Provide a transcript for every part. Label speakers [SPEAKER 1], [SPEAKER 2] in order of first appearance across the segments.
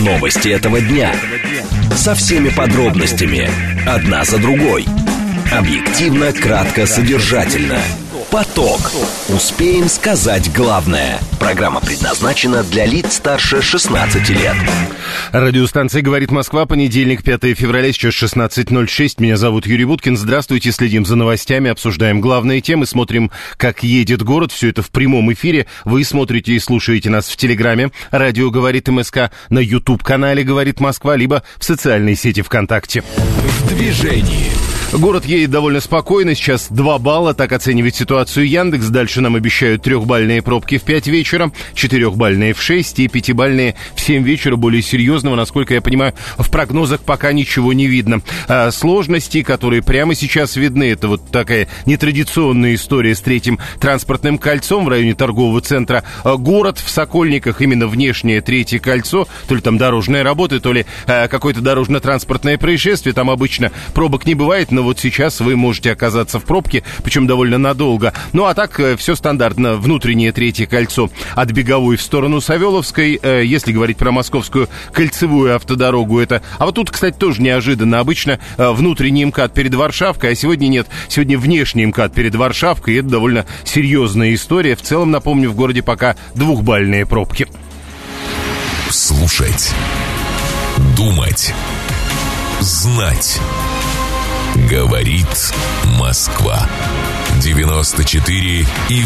[SPEAKER 1] Новости этого дня. Со всеми подробностями. Одна за другой. Объективно, кратко, содержательно. Поток. Успеем сказать главное. Программа предназначена для лиц старше 16 лет.
[SPEAKER 2] Радиостанция «Говорит Москва», понедельник, 5 февраля, сейчас 16:06. Меня зовут Юрий Буткин. Здравствуйте, следим за новостями, обсуждаем главные темы, смотрим, как едет город. Все это в прямом эфире. Вы смотрите и слушаете нас в Телеграме. Радио «Говорит МСК», на YouTube-канале «Говорит Москва», либо в социальной сети ВКонтакте.
[SPEAKER 1] В движении.
[SPEAKER 2] Город едет довольно спокойно, сейчас 2 балла, так оценивает ситуацию Яндекс. Дальше нам обещают 3-бальные пробки в 5 вечера, 4-бальные в 6 и 5-бальные в 7 вечера. Более серьезного, насколько я понимаю, в прогнозах пока ничего не видно. Сложности, которые прямо сейчас видны, это вот такая нетрадиционная история с 3-м транспортным кольцом в районе торгового центра. Город в Сокольниках, именно внешнее 3-е кольцо, то ли там дорожные работы, то ли какое-то дорожно-транспортное происшествие. Там обычно пробок не бывает, но вот сейчас вы можете оказаться в пробке, причем довольно надолго. Ну, а так, все стандартно. Внутреннее 3-е кольцо от Беговой в сторону Савеловской. Если говорить про Московскую кольцевую автодорогу, это... А вот тут, кстати, тоже неожиданно. Обычно внутренний МКАД перед Варшавкой, а сегодня нет. Сегодня внешний МКАД перед Варшавкой. И это довольно серьезная история. В целом, напомню, в городе пока 2-бальные пробки.
[SPEAKER 1] Слушать. Думать. Знать. Говорит Москва. 94,8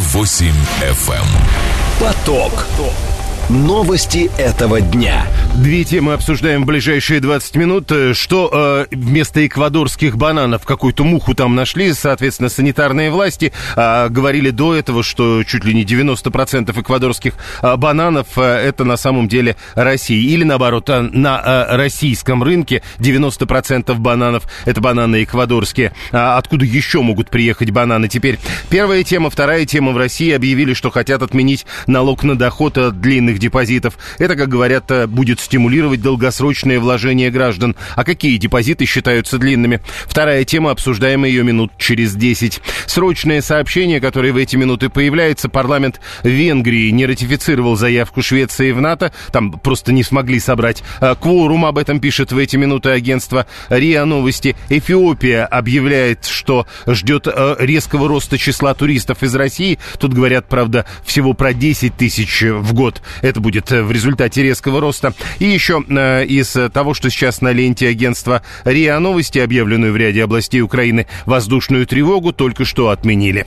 [SPEAKER 1] FM. Поток. Новости этого дня.
[SPEAKER 2] 2 темы обсуждаем в ближайшие 20 минут. Что вместо эквадорских бананов какую-то муху там нашли, соответственно, санитарные власти говорили до этого, что чуть ли не 90% эквадорских бананов это на самом деле Россия. Или наоборот, на российском рынке 90% бананов это бананы эквадорские. Откуда еще могут приехать бананы? Теперь первая тема, вторая тема. В России объявили, что хотят отменить налог на доход от длинных депозитов. Это, как говорят, будет стимулировать долгосрочные вложения граждан. А какие депозиты считаются длинными? Вторая тема, обсуждаем ее минут через 10. Срочное сообщение, которое в эти минуты появляется. Парламент Венгрии не ратифицировал заявку Швеции в НАТО. Там просто не смогли собрать кворум. Об этом пишет в эти минуты агентство РИА Новости. Эфиопия объявляет, что ждет резкого роста числа туристов из России. Тут говорят, правда, всего про 10 тысяч в год. Это будет в результате резкого роста. И еще из того, что сейчас на ленте агентства РИА Новости, объявленную в ряде областей Украины воздушную тревогу, только что отменили.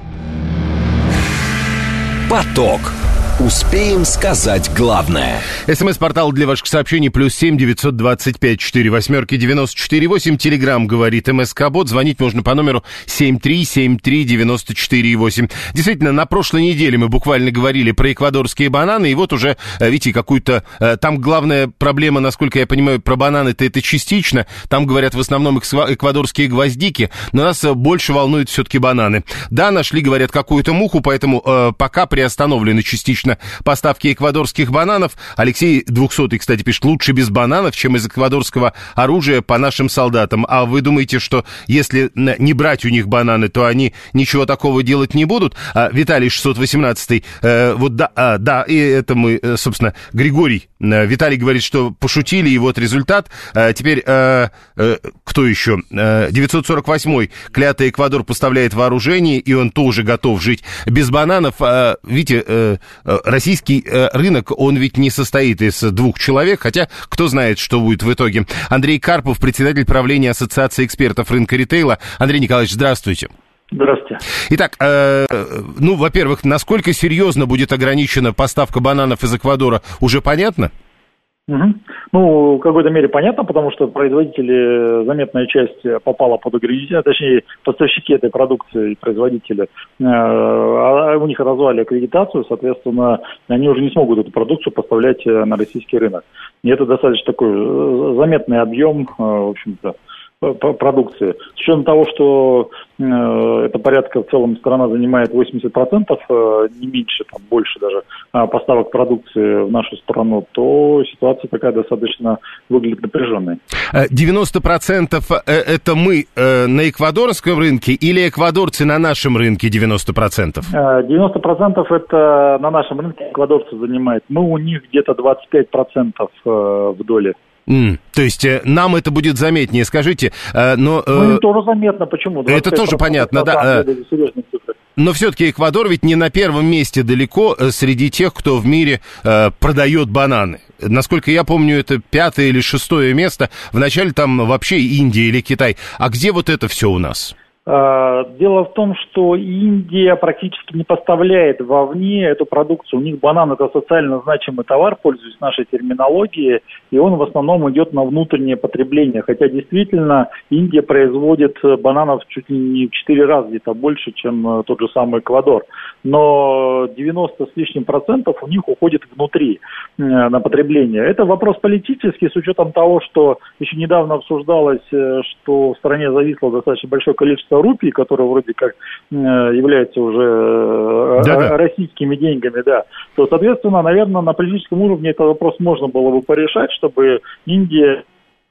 [SPEAKER 1] Поток. Успеем сказать главное.
[SPEAKER 2] СМС-портал для ваших сообщений +7 925 48 94 8. Телеграм говорит МСК-бот. Звонить можно по номеру 7373 94 8. Действительно, на прошлой неделе мы буквально говорили про эквадорские бананы. И вот уже, видите, какую-то... Там главная проблема, насколько я понимаю, про бананы-то это частично. Там говорят в основном эквадорские гвоздики. Но нас больше волнуют все-таки бананы. Да, нашли, говорят, какую-то муху, поэтому пока приостановлены частично поставки эквадорских бананов. Алексей 200-й, кстати, пишет, лучше без бананов, чем из эквадорского оружия по нашим солдатам. А вы думаете, что если не брать у них бананы, то они ничего такого делать не будут? Виталий 618-й, вот да, и это мы, собственно, Григорий. Виталий говорит, что пошутили, и вот результат. Теперь, кто еще? 948-й, клятый Эквадор поставляет вооружение, и он тоже готов жить без бананов. Видите, российский рынок, он ведь не состоит из 2 человек, хотя кто знает, что будет в итоге. Андрей Карпов, председатель правления Ассоциации экспертов рынка ритейла. Андрей Николаевич, здравствуйте.
[SPEAKER 3] Здравствуйте.
[SPEAKER 2] Итак, во-первых, насколько серьезно будет ограничена поставка бананов из Эквадора, уже понятно?
[SPEAKER 3] Угу. Ну, в какой-то мере понятно, потому что производители, заметная часть попала под ограничения, точнее, поставщики этой продукции и производители, у них разорвали аккредитацию, соответственно, они уже не смогут эту продукцию поставлять на российский рынок. И это достаточно такой заметный объем, в общем-то, продукции. С учетом того, что это порядка, в целом страна занимает 80%, не меньше, там, больше даже поставок продукции в нашу страну, то ситуация такая достаточно выглядит напряженной.
[SPEAKER 2] 90% это мы на эквадорском рынке или эквадорцы на нашем рынке 90%?
[SPEAKER 3] 90% это на нашем рынке эквадорцы занимают. Мы у них где-то 25% в доле.
[SPEAKER 2] То есть нам это будет заметнее, скажите, но...
[SPEAKER 3] Ну, это тоже заметно, почему?
[SPEAKER 2] Это тоже понятно, да. Но все-таки Эквадор ведь не на первом месте далеко среди тех, кто в мире продает бананы. Насколько я помню, это 5-е или 6-е место. Вначале там вообще Индия или Китай. А где вот это все у нас?
[SPEAKER 3] Дело в том, что Индия практически не поставляет вовне эту продукцию. У них банан – это социально значимый товар, пользуясь нашей терминологией, и он в основном идет на внутреннее потребление. Хотя действительно Индия производит бананов чуть ли не в 4 раза где-то больше, чем тот же самый Эквадор. Но 90 с лишним процентов у них уходит внутри на потребление. Это вопрос политический, с учетом того, что еще недавно обсуждалось, что в стране зависло достаточно большое количество рупий, которые вроде как являются уже российскими деньгами, да, то, соответственно, наверное, на политическом уровне этот вопрос можно было бы порешать, чтобы Индия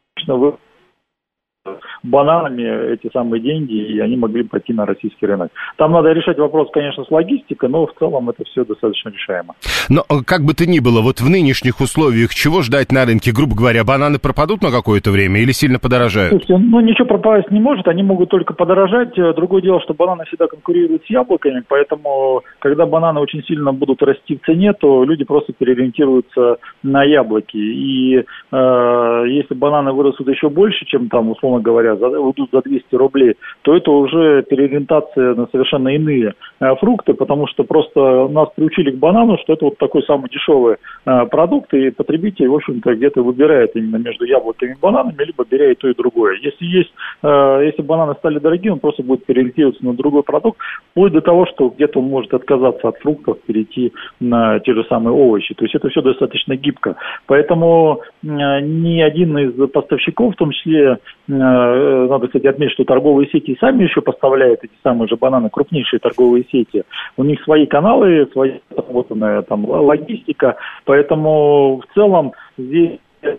[SPEAKER 3] бананами эти самые деньги, и они могли пойти на российский рынок. Там надо решать вопрос, конечно, с логистикой, но в целом это все достаточно решаемо.
[SPEAKER 2] Но как бы то ни было, вот в нынешних условиях чего ждать на рынке? Грубо говоря, бананы пропадут на какое-то время или сильно подорожают?
[SPEAKER 3] Слушайте, ничего пропасть не может, они могут только подорожать. Другое дело, что бананы всегда конкурируют с яблоками, поэтому, когда бананы очень сильно будут расти в цене, то люди просто переориентируются на яблоки. И если бананы вырастут еще больше, чем там, условно говоря, уйдут за 200 рублей, то это уже переориентация на совершенно иные фрукты, потому что просто нас приучили к банану, что это вот такой самый дешевый продукт, и потребитель, в общем-то, где-то выбирает именно между яблоками и бананами, либо беря и то, и другое. Если бананы стали дорогие, он просто будет переориентироваться на другой продукт, вплоть до того, что где-то он может отказаться от фруктов, перейти на те же самые овощи. То есть это все достаточно гибко. Поэтому ни один из поставщиков, в том числе, надо, кстати, отметить, что торговые сети сами еще поставляют эти самые же бананы, крупнейшие торговые сети. У них свои каналы, своя отработанная там логистика, поэтому в целом здесь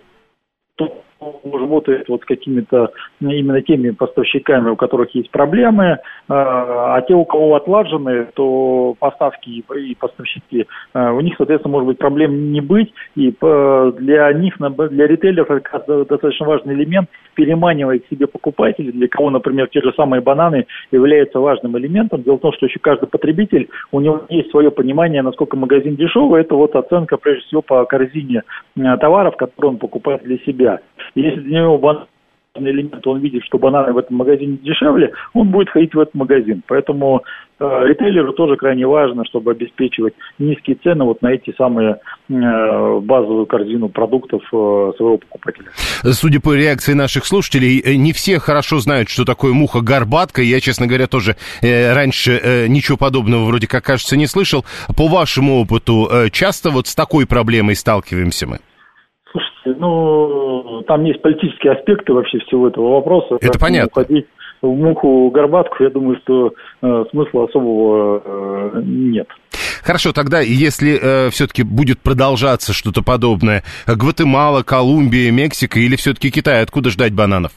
[SPEAKER 3] работает вот с какими-то именно теми поставщиками, у которых есть проблемы, а те, у кого отлажены, то поставки и поставщики, у них, соответственно, может быть проблем не быть, и для них, для ритейлеров это достаточно важный элемент, переманивать к себе покупателей, для кого, например, те же самые бананы являются важным элементом. Дело в том, что еще каждый потребитель, у него есть свое понимание, насколько магазин дешевый, это вот оценка, прежде всего, по корзине товаров, которые он покупает для себя. Если для него банан элемент, он видит, что бананы в этом магазине дешевле, он будет ходить в этот магазин. Поэтому ритейлеру тоже крайне важно, чтобы обеспечивать низкие цены вот на эти самые базовую корзину продуктов своего покупателя.
[SPEAKER 2] Судя по реакции наших слушателей, не все хорошо знают, что такое муха-горбатка. Я, честно говоря, тоже раньше ничего подобного вроде как, кажется, не слышал. По вашему опыту, часто вот с такой проблемой сталкиваемся мы?
[SPEAKER 3] Слушайте, там есть политические аспекты вообще всего этого вопроса.
[SPEAKER 2] Это понятно.
[SPEAKER 3] Уходить в муху-горбатку, я думаю, что смысла особого нет.
[SPEAKER 2] Хорошо, тогда, если все-таки будет продолжаться что-то подобное, Гватемала, Колумбия, Мексика или все-таки Китай, откуда ждать бананов?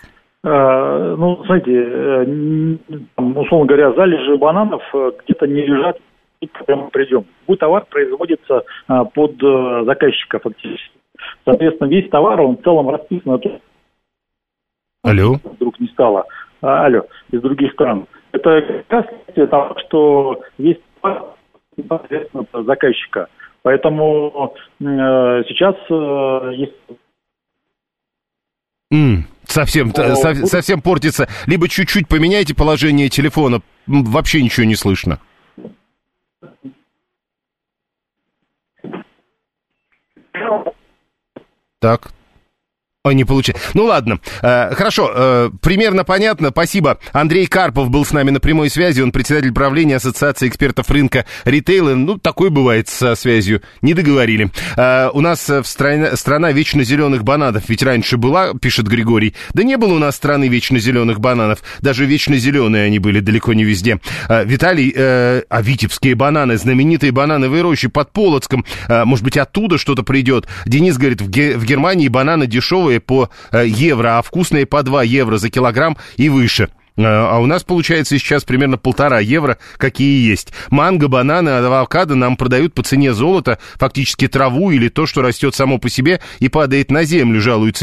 [SPEAKER 3] Знаете, условно говоря, залежи бананов где-то не лежат, когда мы придем. Любой товар производится под заказчика фактически. Соответственно, весь товар, он в целом расписан.
[SPEAKER 2] Алло?
[SPEAKER 3] Вдруг не стало. Из других стран. Это как раз того, что весь товар непосредственно заказчика. Поэтому сейчас есть...
[SPEAKER 2] Совсем портится. Либо чуть-чуть поменяйте положение телефона, вообще ничего не слышно. Так. Не получается. Ну ладно, хорошо, примерно понятно, спасибо. Андрей Карпов был с нами на прямой связи, он председатель правления Ассоциации экспертов рынка ритейла. Ну, такое бывает со связью, не договорили. У нас страна вечно зеленых бананов, ведь раньше была, пишет Григорий. Да не было у нас страны вечно зеленых бананов, даже вечно зеленые они были далеко не везде. Виталий, витебские бананы, знаменитые банановые рощи под Полоцком, может быть, оттуда что-то придет. Денис говорит, в Германии бананы дешевые по евро, а вкусные по 2 евро за килограмм и выше. А у нас, получается, сейчас примерно 1,5 евро, какие есть. Манго, бананы, авокадо нам продают по цене золота, фактически траву или то, что растет само по себе и падает на землю, жалуется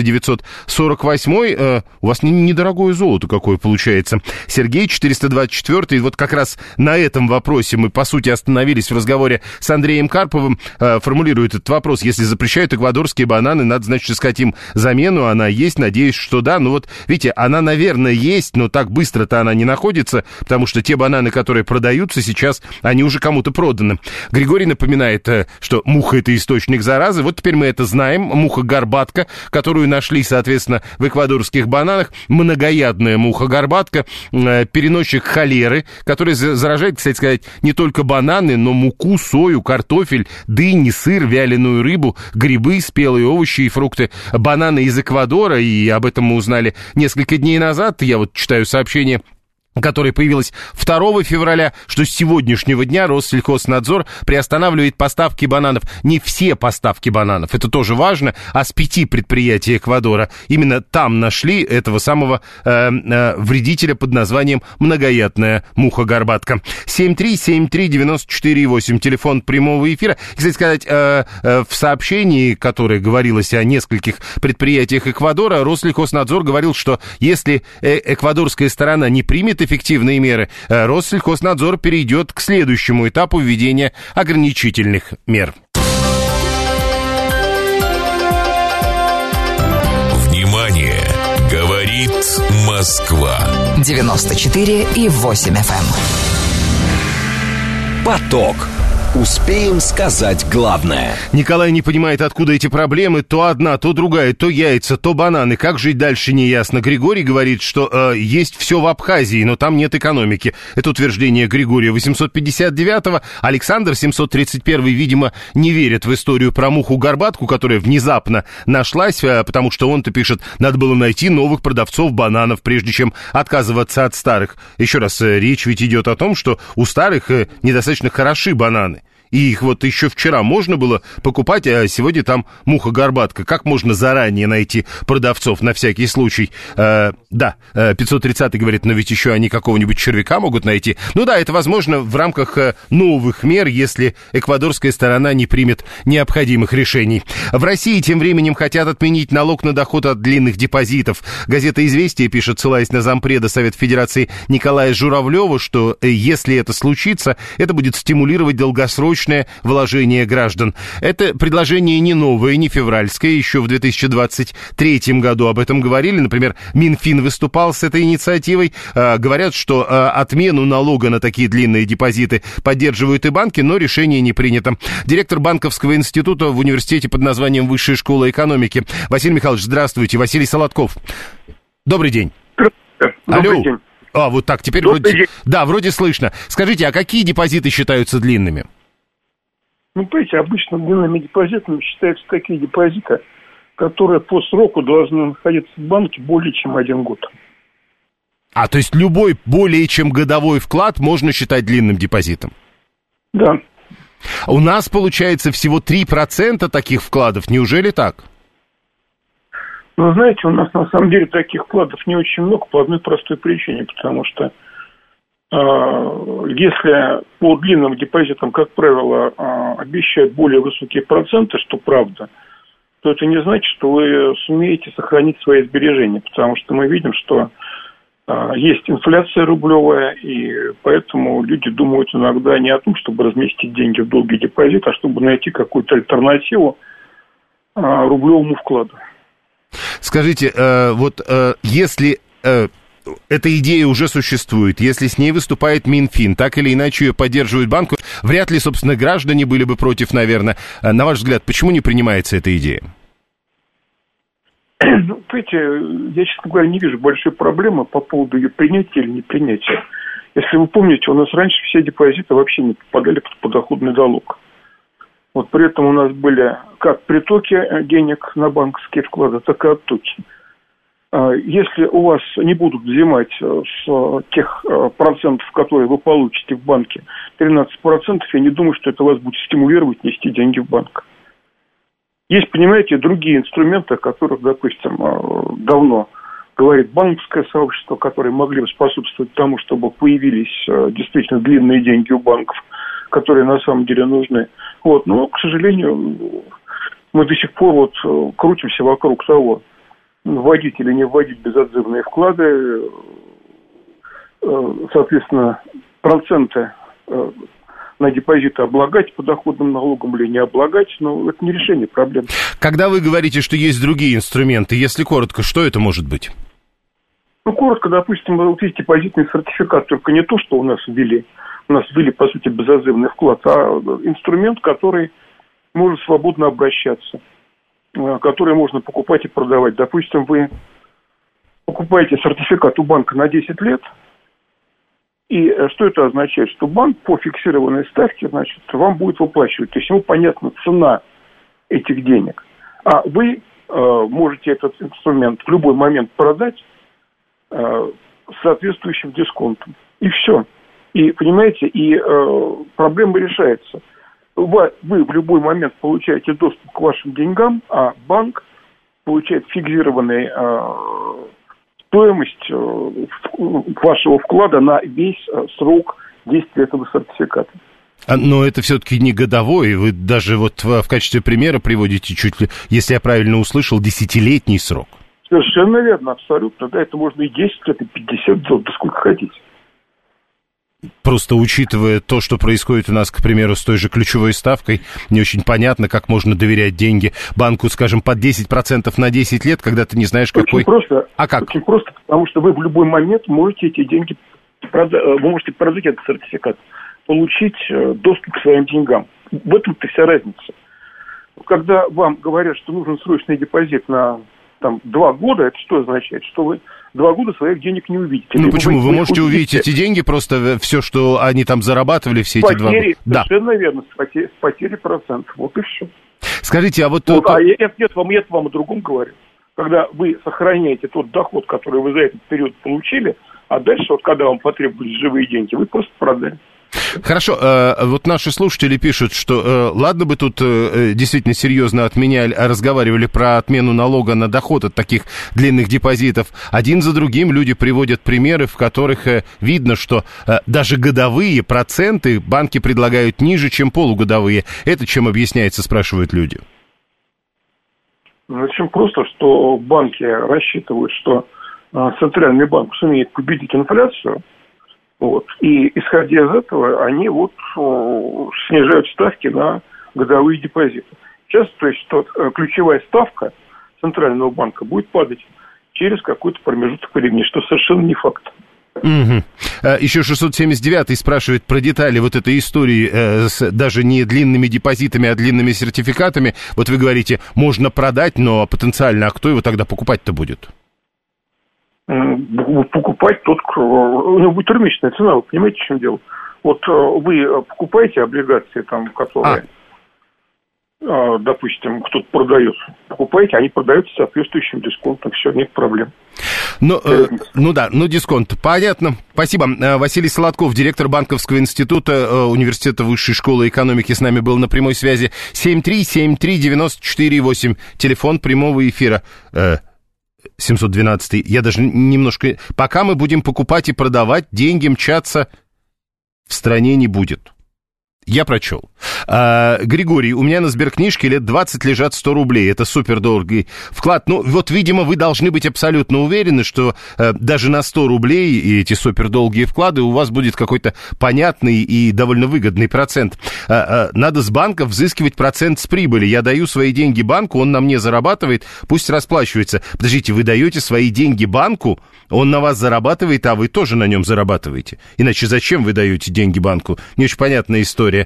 [SPEAKER 2] 948-й. У вас недорогое золото какое получается. Сергей, 424-й. Вот как раз на этом вопросе мы, по сути, остановились в разговоре с Андреем Карповым. Формулирует этот вопрос. Если запрещают эквадорские бананы, надо, значит, искать им замену. Она есть, надеюсь, что да. Ну вот, видите, она, наверное, есть, но так быстро-то она не находится, потому что те бананы, которые продаются сейчас, они уже кому-то проданы. Григорий напоминает, что муха — это источник заразы. Вот теперь мы это знаем. Муха-горбатка, которую нашли, соответственно, в эквадорских бананах. Многоядная муха-горбатка, переносчик холеры, который заражает, кстати сказать, не только бананы, но муку, сою, картофель, дыни, сыр, вяленую рыбу, грибы, спелые овощи и фрукты. Бананы из Эквадора, и об этом мы узнали несколько дней назад. Я вот читаю сообщение, которое появилось 2 февраля, что с сегодняшнего дня Россельхознадзор приостанавливает поставки бананов. Не все поставки бананов, это тоже важно, а с 5 предприятий Эквадора. Именно там нашли этого самого вредителя под названием многоядная муха-горбатка. 7373948, телефон прямого эфира. Кстати сказать, в сообщении, которое говорилось о нескольких предприятиях Эквадора, Россельхознадзор говорил, что если эквадорская сторона не примет эффективные меры, Россельхознадзор перейдет к следующему этапу введения ограничительных мер.
[SPEAKER 1] Внимание! Говорит Москва.
[SPEAKER 4] 94,8 FM.
[SPEAKER 1] Поток. Успеем сказать главное.
[SPEAKER 2] Николай не понимает, откуда эти проблемы. То одна, то другая, то яйца, то бананы. Как жить дальше, не ясно. Григорий говорит, что есть все в Абхазии, но там нет экономики. Это утверждение Григория 859-го. Александр 731-й, видимо, не верит в историю про муху-горбатку, которая внезапно нашлась, потому что он-то пишет, надо было найти новых продавцов бананов, прежде чем отказываться от старых. Еще раз, речь ведь идет о том, что у старых недостаточно хороши бананы. И их вот еще вчера можно было покупать, а сегодня там муха-горбатка. Как можно заранее найти продавцов на всякий случай? Да, 530-й говорит, но ведь еще они какого-нибудь червяка могут найти. Ну да, это возможно в рамках новых мер, если эквадорская сторона не примет необходимых решений. В России тем временем хотят отменить налог на доход от длинных депозитов. Газета «Известия» пишет, ссылаясь на зампреда Совета Федерации Николая Журавлева, что если это случится, это будет стимулировать долгосрочное вложение граждан. Это предложение не новое, не февральское. Еще в 2023 году об этом говорили. Например, Минфин выступал с этой инициативой. Говорят, что отмену налога на такие длинные депозиты поддерживают и банки, но решение не принято. Директор банковского института в университете под названием Высшая школа экономики. Василий Михайлович, здравствуйте. Василий Солодков. Добрый день.
[SPEAKER 3] Добрый день.
[SPEAKER 2] Вот так, теперь вроде слышно. Скажите, а какие депозиты считаются длинными?
[SPEAKER 5] Ну, понимаете, обычно длинными депозитами считаются такие депозиты, которые по сроку должны находиться в банке более чем 1 год.
[SPEAKER 2] То есть любой более чем годовой вклад можно считать длинным депозитом?
[SPEAKER 5] Да.
[SPEAKER 2] У нас, получается, всего 3% таких вкладов. Неужели так?
[SPEAKER 5] Ну, знаете, у нас на самом деле таких вкладов не очень много по одной простой причине, потому что если по длинным депозитам, как правило, обещают более высокие проценты, что правда, то это не значит, что вы сумеете сохранить свои сбережения, потому что мы видим, что есть инфляция рублевая, и поэтому люди думают иногда не о том, чтобы разместить деньги в долгий депозит, а чтобы найти какую-то альтернативу рублевому вкладу.
[SPEAKER 2] Скажите, если эта идея уже существует, если с ней выступает Минфин, так или иначе ее поддерживают банки, вряд ли, собственно, граждане были бы против, наверное. На ваш взгляд, почему не принимается эта идея?
[SPEAKER 5] Понимаете, я, честно говоря, не вижу большой проблемы по поводу ее принятия или не принятия. Если вы помните, у нас раньше все депозиты вообще не попадали под подоходный залог. Вот при этом у нас были как притоки денег на банковские вклады, так и оттоки. Если у вас не будут взимать с тех процентов, которые вы получите в банке, 13%, я не думаю, что это вас будет стимулировать нести деньги в банк. Есть, понимаете, другие инструменты, о которых, допустим, давно говорит банковское сообщество, которые могли бы способствовать тому, чтобы появились действительно длинные деньги у банков, которые на самом деле нужны. Вот. Но, к сожалению, мы до сих пор вот крутимся вокруг того, вводить или не вводить безотзывные вклады, соответственно, проценты на депозиты облагать подоходным налогом или не облагать, но это не решение проблем.
[SPEAKER 2] Когда вы говорите, что есть другие инструменты, если коротко, что это может быть?
[SPEAKER 5] Ну, коротко, допустим, вот есть депозитный сертификат, только не то, что у нас ввели. У нас ввели, по сути, безотзывный вклад, а инструмент, который может свободно обращаться, который можно покупать и продавать. Допустим, вы покупаете сертификат у банка на 10 лет, и что это означает? Что банк по фиксированной ставке, значит, вам будет выплачивать. То есть ему понятна цена этих денег. А вы можете этот инструмент в любой момент продать с соответствующим дисконтом. И все. И, понимаете, и проблема решается. Вы в любой момент получаете доступ к вашим деньгам, а банк получает фиксированную стоимость вашего вклада на весь срок действия этого сертификата.
[SPEAKER 2] Но это все-таки не годовой. Вы даже вот в качестве примера приводите чуть ли, если я правильно услышал, 10-летний срок.
[SPEAKER 5] Совершенно верно, абсолютно. Да, это можно и 10 лет, и 50 лет, да сколько хотите.
[SPEAKER 2] Просто учитывая то, что происходит у нас, к примеру, с той же ключевой ставкой, не очень понятно, как можно доверять деньги банку, скажем, под 10% на 10 лет, когда ты не знаешь, какой...
[SPEAKER 5] Очень просто.
[SPEAKER 2] А как?
[SPEAKER 5] Очень просто, потому что вы в любой момент можете эти деньги вы можете продать этот сертификат, получить доступ к своим деньгам. В этом-то вся разница. Когда вам говорят, что нужен срочный депозит на 2 года, это что означает? Что вы 2 года своих денег не увидите.
[SPEAKER 2] Ну почему? Вы можете увидеть эти деньги, просто все, что они там зарабатывали все эти 2 года.
[SPEAKER 5] Совершенно верно, с потери процентов. Вот и все.
[SPEAKER 2] Скажите, а вот...
[SPEAKER 5] я вам о другом говорю. Когда вы сохраняете тот доход, который вы за этот период получили, а дальше, вот когда вам потребовались живые деньги, вы просто продали.
[SPEAKER 2] Хорошо, вот наши слушатели пишут, что ладно бы тут действительно серьезно разговаривали про отмену налога на доход от таких длинных депозитов. Один за другим люди приводят примеры, в которых видно, что даже годовые проценты банки предлагают ниже, чем полугодовые. Это чем объясняется, спрашивают люди?
[SPEAKER 5] Ну, очень просто, что банки рассчитывают, что Центральный банк сумеет победить инфляцию. Вот. И, исходя из этого, они снижают ставки на годовые депозиты. Сейчас, то есть, ключевая ставка Центрального банка будет падать через какой-то промежуток времени, что совершенно не факт.
[SPEAKER 2] Угу. Еще 679-й спрашивает про детали вот этой истории с даже не длинными депозитами, а длинными сертификатами. Вот вы говорите, можно продать, но потенциально, а кто его тогда покупать-то будет?
[SPEAKER 5] Покупать у него будет рыночная цена, вы понимаете, в чем дело? Вот вы покупаете облигации, которые, допустим, кто-то продает, покупаете, они продаются с соответствующим дисконтом, все, нет проблем.
[SPEAKER 2] Дисконт. Понятно. Спасибо. Василий Солодков, директор Банковского института Университета Высшей школы экономики, с нами был на прямой связи. 7373948, телефон прямого эфира. 712. Я даже немножко... Пока мы будем покупать и продавать, деньги мчаться в стране не будет. Я прочел. Григорий, у меня на сберкнижке лет 20 лежат 100 рублей. Это супердорогий вклад. Ну, вот, видимо, вы должны быть абсолютно уверены, что даже на 100 рублей и эти супердолгие вклады у вас будет какой-то понятный и довольно выгодный процент. Надо с банка взыскивать процент с прибыли. Я даю свои деньги банку, он на мне зарабатывает, пусть расплачивается. Подождите, вы даете свои деньги банку, он на вас зарабатывает, а вы тоже на нем зарабатываете. Иначе зачем вы даете деньги банку? Не очень понятная история. история.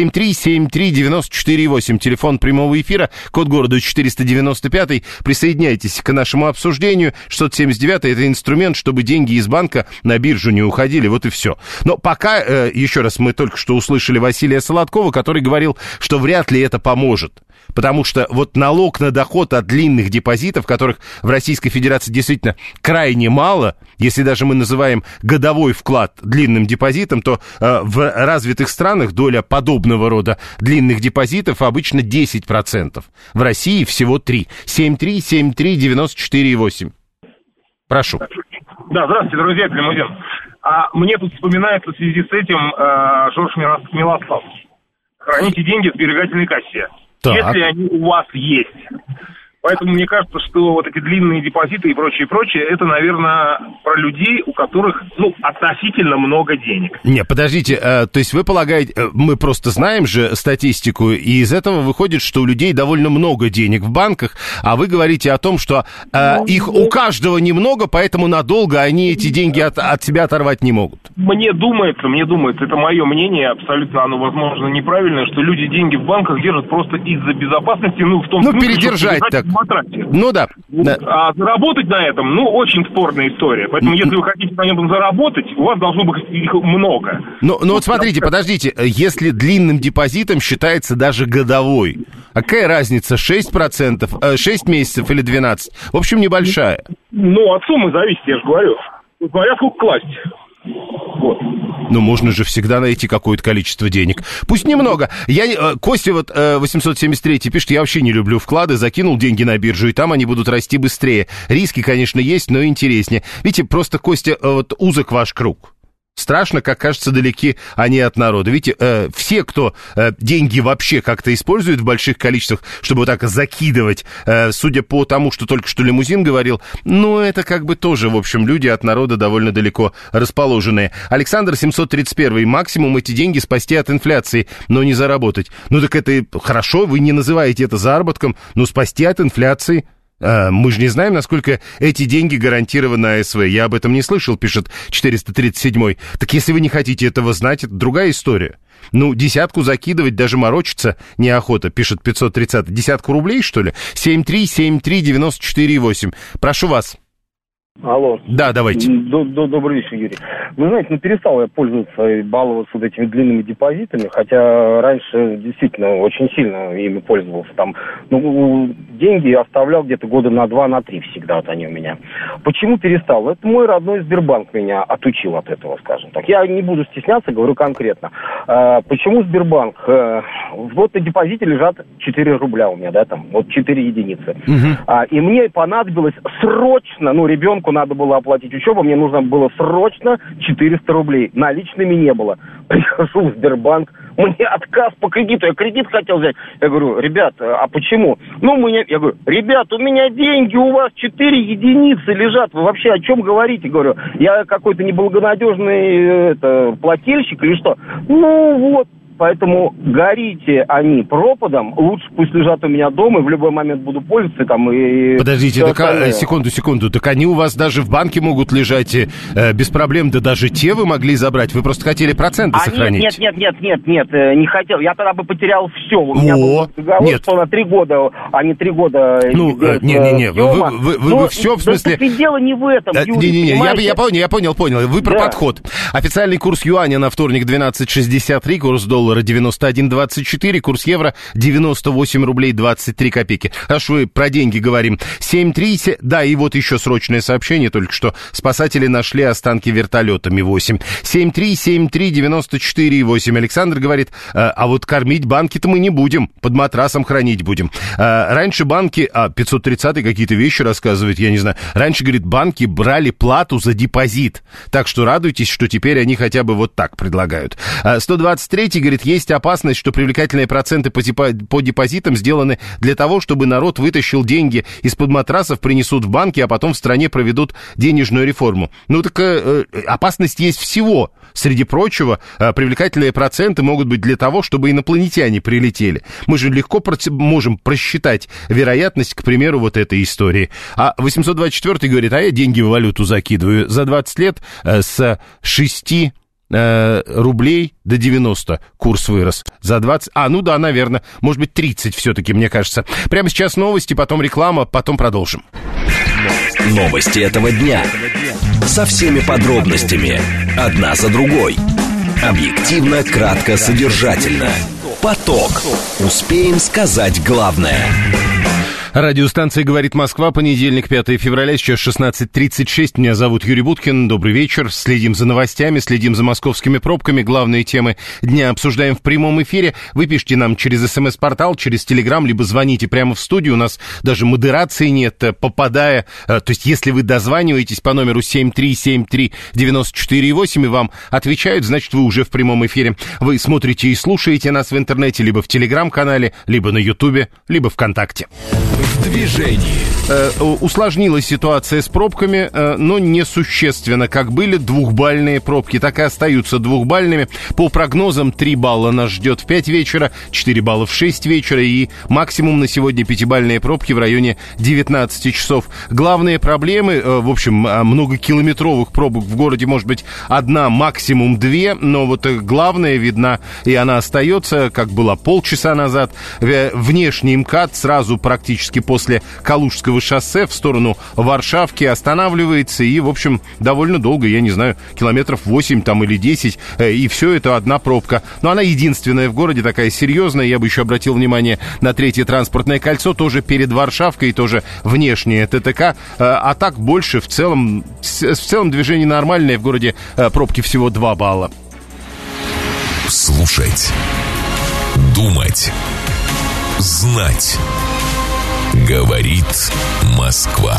[SPEAKER 2] 7373948, телефон прямого эфира, код города 495. Присоединяйтесь к нашему обсуждению. 679 это инструмент, чтобы деньги из банка на биржу не уходили, вот и все. Но пока, еще раз, мы только что услышали Василия Солодкова, который говорил, что вряд ли это поможет. Потому что вот налог на доход от длинных депозитов, которых в Российской Федерации действительно крайне мало, если даже мы называем годовой вклад длинным депозитом, то в развитых странах доля подобного рода длинных депозитов обычно 10%. В России всего 3%. 7373948. Прошу.
[SPEAKER 4] Да, здравствуйте, друзья, Климудин. Мне тут вспоминается в связи с этим Жорж Милослав. Храните деньги в сберегательной кассе. Так. Если они у вас есть. Поэтому мне кажется, что вот эти длинные депозиты и прочее, это, наверное, про людей, у которых, относительно много денег.
[SPEAKER 2] Не, подождите, то есть вы полагаете, мы просто знаем же статистику, и из этого выходит, что у людей довольно много денег в банках, а вы говорите о том, что их у каждого немного, поэтому надолго они эти деньги от себя оторвать не могут.
[SPEAKER 4] Мне думается, это мое мнение, абсолютно оно, возможно, неправильное, что люди деньги в банках держат просто из-за безопасности, в том смысле,
[SPEAKER 2] передержать так. Да.
[SPEAKER 4] А заработать на этом, очень спорная история. Поэтому, если вы хотите на этом заработать, у вас должно быть их много.
[SPEAKER 2] Но вот смотрите, подождите, если длинным депозитом считается даже годовой, какая разница, 6%, 6 месяцев или 12? В общем, небольшая.
[SPEAKER 4] От суммы зависит, я же говорю. Говорят, сколько класть. Вот.
[SPEAKER 2] Можно же всегда найти какое-то количество денег. Пусть немного. Костя 873 пишет, я вообще не люблю вклады, закинул деньги на биржу, и там они будут расти быстрее. Риски, конечно, есть, но интереснее. Видите, просто, Костя, узок ваш круг. Страшно, как кажется, далеки они от народа. Видите, все, кто деньги вообще как-то использует в больших количествах, чтобы вот так закидывать, судя по тому, что только что Лимузин говорил, это как бы тоже, в общем, люди от народа довольно далеко расположенные. Александр 731, максимум эти деньги спасти от инфляции, но не заработать. Так это хорошо, вы не называете это заработком, но спасти от инфляции... Мы же не знаем, насколько эти деньги гарантированы АСВ. Я об этом не слышал, пишет 437-й. Так если вы не хотите этого знать, это другая история. Десятку закидывать, даже морочиться неохота, пишет 530. Десятку рублей, что ли? 7373948. Прошу вас.
[SPEAKER 6] Алло.
[SPEAKER 2] Да, давайте.
[SPEAKER 6] Добрый вечер, Юрий. Вы знаете, перестал я пользоваться и баловаться вот этими длинными депозитами, хотя раньше действительно очень сильно ими пользовался. Деньги оставлял где-то года на 2-3 всегда вот они у меня. Почему перестал? Это мой родной Сбербанк меня отучил от этого, скажем так. Я не буду стесняться, говорю конкретно. Почему Сбербанк? Вот на депозите лежат 4 рубля у меня, 4 единицы. Угу. И мне понадобилось срочно, ребенку надо было оплатить учебу, мне нужно было срочно 400 рублей. Наличными не было. Прихожу в Сбербанк, мне отказ по кредиту, я кредит хотел взять. Я говорю, ребят, а почему? Я говорю, ребят, у меня деньги, у вас 4 единицы лежат, вы вообще о чем говорите? Говорю, я какой-то неблагонадежный плательщик или что? Поэтому горите они пропадом, лучше пусть лежат у меня дома, и в любой момент буду пользоваться и...
[SPEAKER 2] Подождите, секунду, так они у вас даже в банке могут лежать без проблем, да даже те вы могли забрать, вы просто хотели проценты сохранить.
[SPEAKER 6] Нет, не хотел, я тогда бы потерял все, у меня был договор, что на 3 года, а не 3 года...
[SPEAKER 2] Вы все, в смысле...
[SPEAKER 6] Так дело не в этом,
[SPEAKER 2] Юрий, я понял, вы про подход. Официальный курс юаня на вторник 12.63, курс доллара 91.24, курс евро 98 рублей 23 копейки. Хорошо, мы про деньги говорим. 7.30, да, и вот еще срочное сообщение, только что спасатели нашли останки вертолета Ми-8. 7.3-73-94-8. Александр говорит, а вот кормить банки-то мы не будем, под матрасом хранить будем. Раньше банки, 530-й какие-то вещи рассказывает, я не знаю. Раньше, говорит, банки брали плату за депозит. Так что радуйтесь, что теперь они хотя бы вот так предлагают. 123-й говорит, есть опасность, что привлекательные проценты по депозитам сделаны для того, чтобы народ вытащил деньги из-под матрасов, принесут в банки, а потом в стране проведут денежную реформу. Опасность есть всего. Среди прочего, привлекательные проценты могут быть для того, чтобы инопланетяне прилетели. Мы же легко можем просчитать вероятность, к примеру, вот этой истории. А 824-й говорит, а я деньги в валюту закидываю. За 20 лет с 6 рублей до 90 курс вырос. За 20... ну да, наверное, может быть 30 все-таки, мне кажется. Прямо сейчас новости, потом реклама, потом продолжим.
[SPEAKER 1] Новости этого дня. Со всеми подробностями. Одна за другой. Объективно, кратко, содержательно. Поток. Успеем сказать главное.
[SPEAKER 2] Радиостанция «Говорит Москва», понедельник, 5 февраля, сейчас 16:36. Меня зовут Юрий Буткин. Добрый вечер. Следим за новостями, следим за московскими пробками. Главные темы дня обсуждаем в прямом эфире. Вы пишите нам через СМС-портал, через Телеграм, либо звоните прямо в студию. У нас даже модерации нет, попадая... То есть, если вы дозваниваетесь по номеру 7373948 и вам отвечают, значит, вы уже в прямом эфире. Вы смотрите и слушаете нас в интернете, либо в Телеграм-канале, либо на Ютубе, либо ВКонтакте.
[SPEAKER 1] В движении.
[SPEAKER 2] Усложнилась ситуация с пробками, но не существенно. Как были двухбальные пробки, так и остаются двухбальными. По прогнозам 3 балла нас ждет в 5 вечера, 4 балла в 6 вечера и максимум на сегодня 5-бальные пробки в районе 19 часов. Главные проблемы, в общем, многокилометровых пробок в городе может быть одна, максимум 2, но вот главная видна, и она остается, как была полчаса назад. Внешний МКАД сразу практически после Калужского шоссе в сторону Варшавки останавливается и, в общем, довольно долго, я не знаю, километров 8 там или 10, и все это одна пробка. Но она единственная в городе, такая серьезная. Я бы еще обратил внимание на 3-е транспортное кольцо, тоже перед Варшавкой, тоже внешнее ТТК. А так больше в целом движение нормальное, в городе пробки всего 2 балла.
[SPEAKER 1] Слушать, думать, знать. Говорит Москва.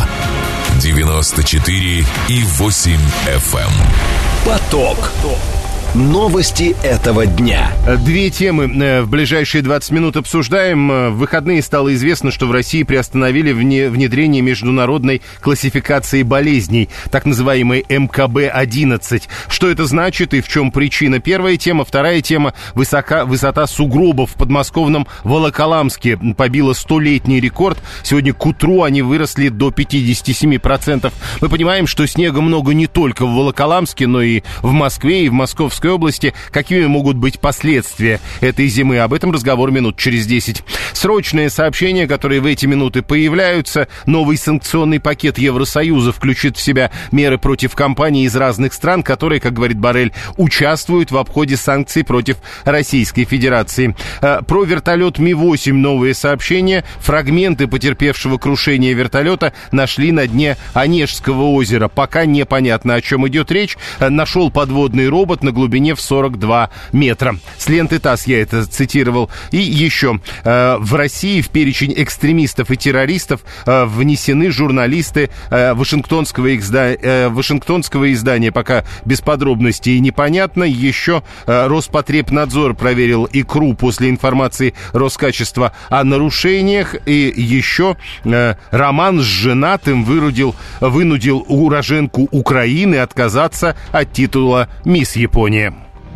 [SPEAKER 1] 94,8 FM. Поток. Новости этого дня.
[SPEAKER 2] 2 темы в ближайшие 20 минут обсуждаем. В выходные стало известно, что в России приостановили внедрение международной классификации болезней, так называемой МКБ-11. Что это значит и в чем причина? Первая тема. Вторая тема. Высота сугробов в подмосковном Волоколамске побила 100-летний рекорд. Сегодня к утру они выросли до 57%. Мы понимаем, что снега много не только в Волоколамске, но и в Москве, и в Московской области. Какими могут быть последствия этой зимы? Об этом разговор минут через 10. Срочные сообщения, которые в эти минуты появляются. Новый санкционный пакет Евросоюза включит в себя меры против компаний из разных стран, которые, как говорит Боррель, участвуют в обходе санкций против Российской Федерации. Про вертолет Ми-8 новые сообщения. Фрагменты потерпевшего крушения вертолета нашли на дне Онежского озера. Пока непонятно, о чем идет речь. Нашел подводный робот на глубине в 42 метра. С ленты ТАСС я это цитировал. И еще. В России в перечень экстремистов и террористов внесены журналисты Вашингтонского издания. Пока без подробностей непонятно. Еще Роспотребнадзор проверил икру после информации Роскачества о нарушениях. И еще Роман с женатым вынудил уроженку Украины отказаться от титула «Мисс Япония».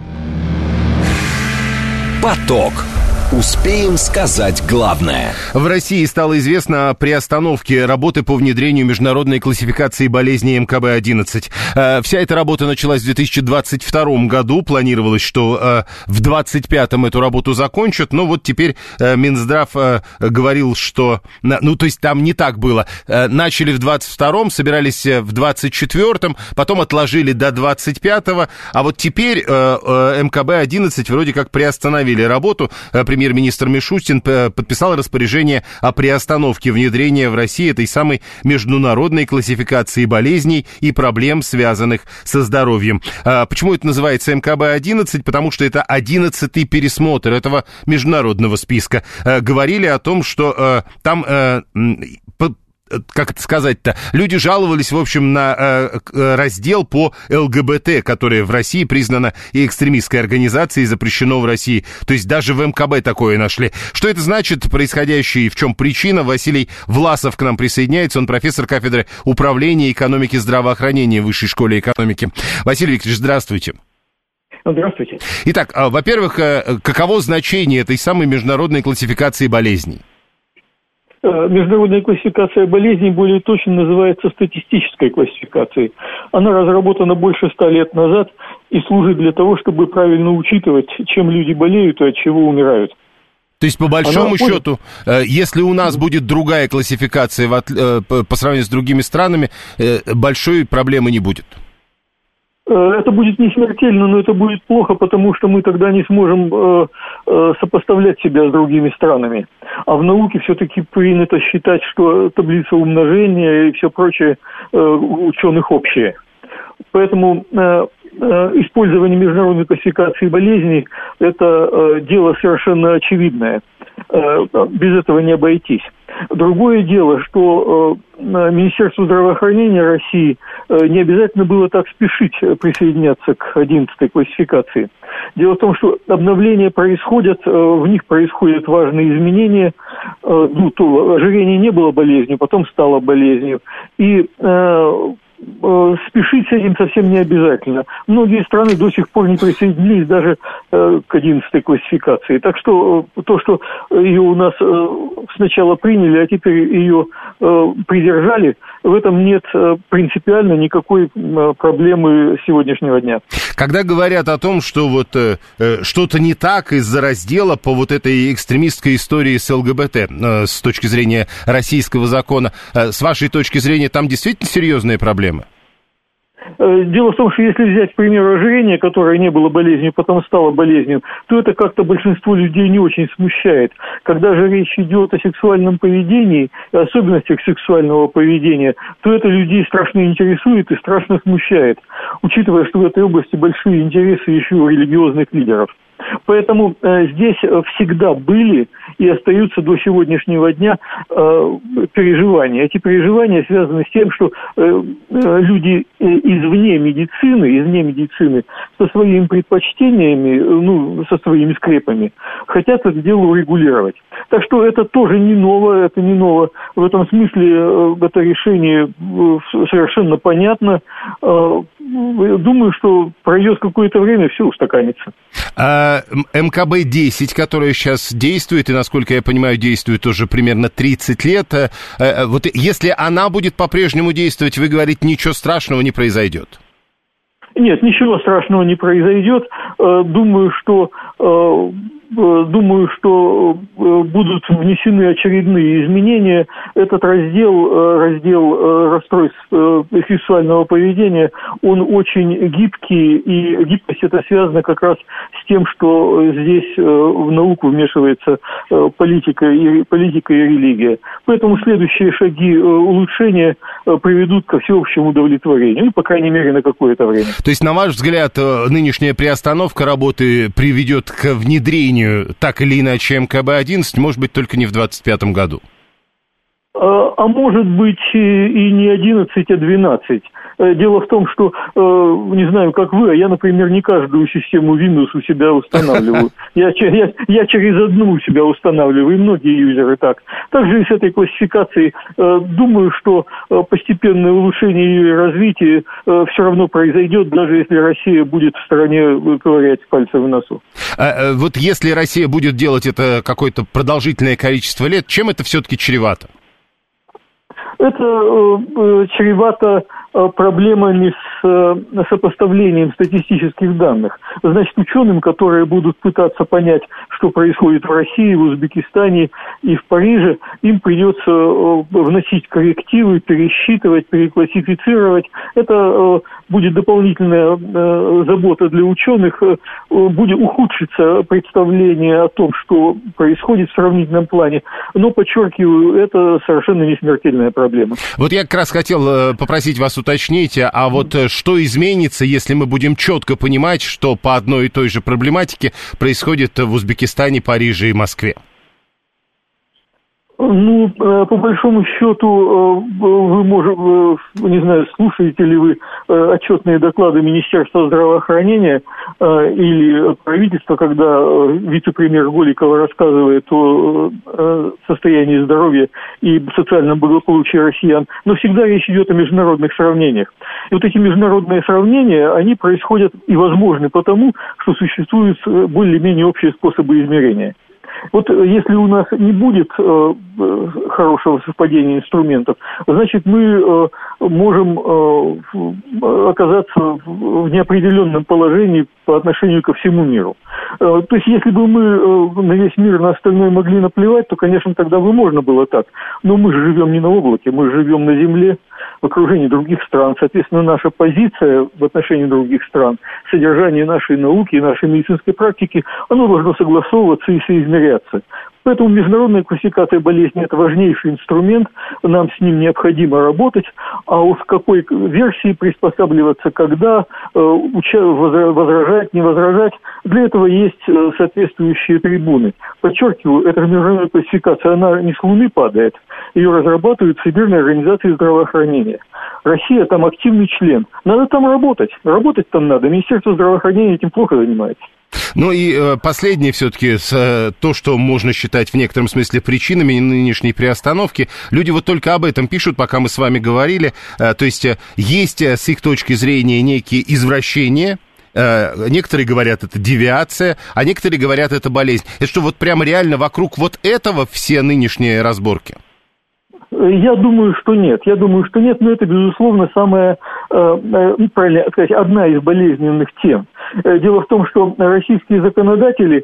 [SPEAKER 1] Поток. Успеем сказать главное.
[SPEAKER 2] В России стало известно о приостановке работы по внедрению международной классификации болезней МКБ-11. Вся эта работа началась в 2022 году. Планировалось, что в 2025 эту работу закончат. Но вот теперь Минздрав говорил, что... то есть там не так было. Начали в 2022-м, собирались в 2024-м, потом отложили до 2025-го. А вот теперь МКБ-11 вроде как приостановили работу. Премьер-министр Мишустин подписал распоряжение о приостановке внедрения в России этой самой международной классификации болезней и проблем, связанных со здоровьем. Почему это называется МКБ-11? Потому что это 11-й пересмотр этого международного списка. Говорили о том, что там... как это сказать-то, люди жаловались, в общем, на раздел по ЛГБТ, которое в России признано и экстремистской организацией, и запрещено в России. То есть даже в МКБ такое нашли. Что это значит, происходящее, и в чем причина? Василий Власов к нам присоединяется. Он профессор кафедры управления и экономики здравоохранения в Высшей школе экономики. Василий Викторович, здравствуйте.
[SPEAKER 5] Здравствуйте.
[SPEAKER 2] Итак, во-первых, каково значение этой самой международной классификации болезней?
[SPEAKER 5] Международная классификация болезней более точно называется статистической классификацией. Она разработана больше 100 лет назад
[SPEAKER 7] и служит для того, чтобы правильно учитывать, чем люди болеют и от чего умирают.
[SPEAKER 2] То есть, по большому счету, если у нас будет другая классификация по сравнению с другими странами, большой проблемы не будет?
[SPEAKER 7] Это будет не смертельно, но это будет плохо, потому что мы тогда не сможем сопоставлять себя с другими странами. А в науке все-таки принято считать, что таблица умножения и все прочее у ученых общее. Поэтому использование международной классификации болезней – это дело совершенно очевидное. Без этого не обойтись. Другое дело, что Министерству здравоохранения России не обязательно было так спешить присоединяться к 11-й классификации. Дело в том, что обновления происходят, в них происходят важные изменения. То ожирение не было болезнью, потом стало болезнью. И спешить с этим совсем не обязательно. Многие страны до сих пор не присоединились даже к 11-й классификации. Так что то, что ее у нас сначала приняли, а теперь ее придержали, в этом нет принципиально никакой проблемы сегодняшнего дня.
[SPEAKER 2] Когда говорят о том, что вот что-то не так из-за раздела по вот этой экстремистской истории с ЛГБТ с точки зрения российского закона, с вашей точки зрения, там действительно серьезные проблемы?
[SPEAKER 7] Дело в том, что если взять, к примеру, ожирение, которое не было болезнью, потом стало болезнью, то это как-то большинство людей не очень смущает. Когда же речь идет о сексуальном поведении, и особенностях сексуального поведения, то это людей страшно интересует и страшно смущает, учитывая, что в этой области большие интересы еще у религиозных лидеров. Поэтому здесь всегда были и остаются до сегодняшнего дня переживания. Эти переживания связаны с тем, что люди извне медицины со своими предпочтениями, со своими скрепами, хотят это дело урегулировать. Так что это тоже не ново, это не ново. В этом смысле это решение совершенно понятно. Думаю, что пройдет какое-то время, все устаканится.
[SPEAKER 2] МКБ-10, которая сейчас действует, и, насколько я понимаю, действует уже примерно 30 лет, вот если она будет по-прежнему действовать, вы говорите, ничего страшного не произойдет?
[SPEAKER 7] Нет, ничего страшного не произойдет. Думаю, что будут внесены очередные изменения. Этот раздел расстройств сексуального поведения, он очень гибкий, и гибкость это связано как раз с тем, что здесь в науку вмешивается политика и религия. Поэтому следующие шаги улучшения приведут ко всеобщему удовлетворению, по крайней мере, на какое-то время.
[SPEAKER 2] То есть, на ваш взгляд, нынешняя приостановка работы приведет к внедрению так или иначе МКБ-11, может быть, только не в 2025 году?
[SPEAKER 7] А может быть и не 11, а 12. Дело в том, что, не знаю, как вы, а я, например, не каждую систему Windows у себя устанавливаю. Я через одну у себя устанавливаю, и многие юзеры так. Также и с этой классификацией. Думаю, что постепенное улучшение ее развития все равно произойдет, даже если Россия будет в стороне ковырять пальцем в носу.
[SPEAKER 2] Вот если Россия будет делать это какое-то продолжительное количество лет, чем это все-таки чревато?
[SPEAKER 7] Это чревато проблемами с сопоставлением статистических данных. Значит, ученым, которые будут пытаться понять, что происходит в России, в Узбекистане и в Париже, им придется вносить коррективы, пересчитывать, переклассифицировать. Это будет дополнительная забота для ученых, будет ухудшиться представление о том, что происходит в сравнительном плане. Но, подчеркиваю, это совершенно не смертельная проблема.
[SPEAKER 2] Вот я как раз хотел попросить вас уточнить, а вот что изменится, если мы будем четко понимать, что по одной и той же проблематике происходит в Узбекистане, Париже и Москве?
[SPEAKER 7] Ну, по большому счету, вы, не знаю, слушаете ли вы отчетные доклады Министерства здравоохранения или правительства, когда вице-премьер Голикова рассказывает о состоянии здоровья и социальном благополучии россиян, но всегда речь идет о международных сравнениях. И вот эти международные сравнения, они происходят и возможны потому, что существуют более-менее общие способы измерения. Вот если у нас не будет хорошего совпадения инструментов, значит, мы можем оказаться в неопределенном положении по отношению ко всему миру. То есть, если бы мы на весь мир, на остальное могли наплевать, то, конечно, тогда бы можно было так. Но мы же живем не на облаке, мы живем на земле, в окружении других стран. Соответственно, наша позиция в отношении других стран, содержание нашей науки и нашей медицинской практики, оно должно согласовываться и соизмеряться. Поэтому международная классификация болезней – это важнейший инструмент, нам с ним необходимо работать, а уж к какой версии приспосабливаться, когда, возражать, не возражать, для этого есть соответствующие трибуны. Подчеркиваю, эта международная классификация, она не с Луны падает, ее разрабатывает Всемирная организация здравоохранения. Россия там активный член. Надо там работать. Работать там надо. Министерство здравоохранения этим плохо занимается.
[SPEAKER 2] Ну и последнее все-таки, то, что можно считать в некотором смысле причинами нынешней приостановки. Люди вот только об этом пишут, пока мы с вами говорили. То есть есть с их точки зрения некие извращения. Некоторые говорят, это девиация, а некоторые говорят, это болезнь. Это что, вот прямо реально вокруг вот этого все нынешние разборки?
[SPEAKER 7] Я думаю, что нет. Но это, безусловно, самая, правильно сказать, одна из болезненных тем. Дело в том, что российские законодатели